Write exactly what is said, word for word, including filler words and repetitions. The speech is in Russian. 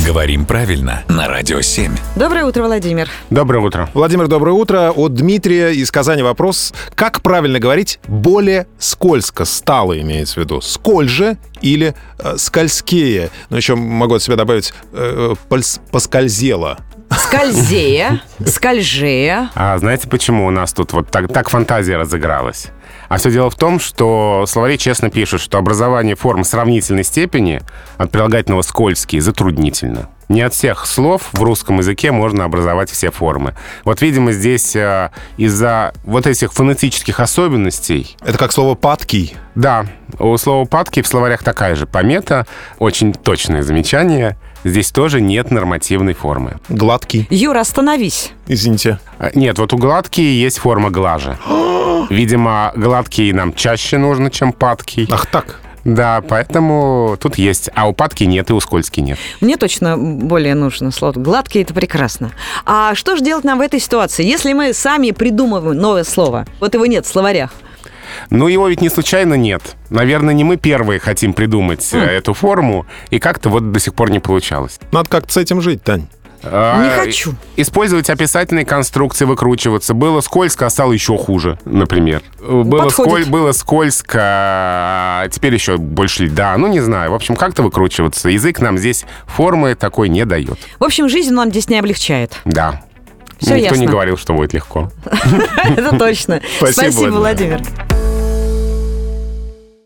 Говорим правильно на Радио семь. Доброе утро, Владимир. Доброе утро. Владимир, доброе утро. От Дмитрия из Казани вопрос. Как правильно говорить «более скользко»? Стало имеется в виду. Скольже или э, скользкее? Ну, еще могу от себя добавить э, польс- поскользело. Скользея, скольжея. А знаете, почему у нас тут вот так, так фантазия разыгралась? А все дело в том, что словари честно пишут, что образование форм сравнительной степени от прилагательного «скользкий» затруднительно. Не от всех слов в русском языке можно образовать все формы. Вот, видимо, здесь э, из-за вот этих фонетических особенностей... Это как слово «падкий». Да, у слова «падкий» в словарях такая же помета, очень точное замечание. Здесь тоже нет нормативной формы. Гладкий. Юра, остановись. Извините. Нет, вот у гладкий есть форма глаже. Видимо, гладкий нам чаще нужно, чем падкий. Ах так. Да, поэтому тут есть. А у падки нет, и у скользки нет. Мне точно более нужно слово. Гладкий — это прекрасно. А что же делать нам в этой ситуации, если мы сами придумываем новое слово? Вот его нет в словарях. Ну, его ведь не случайно нет. Наверное, не мы первые хотим придумать mm. эту форму, и как-то вот до сих пор не получалось. Надо как-то с этим жить, Тань. Не хочу. Использовать описательные конструкции, выкручиваться. Было скользко, а стало еще хуже, например. Было, сколь... Было скользко, а теперь еще больше льда. Ну, не знаю. В общем, как-то выкручиваться. Язык нам здесь формы такой не дает. В общем, жизнь нам здесь не облегчает. Да. Все Никто ясно. не говорил, что будет легко. Это точно. Спасибо, Спасибо, Владимир.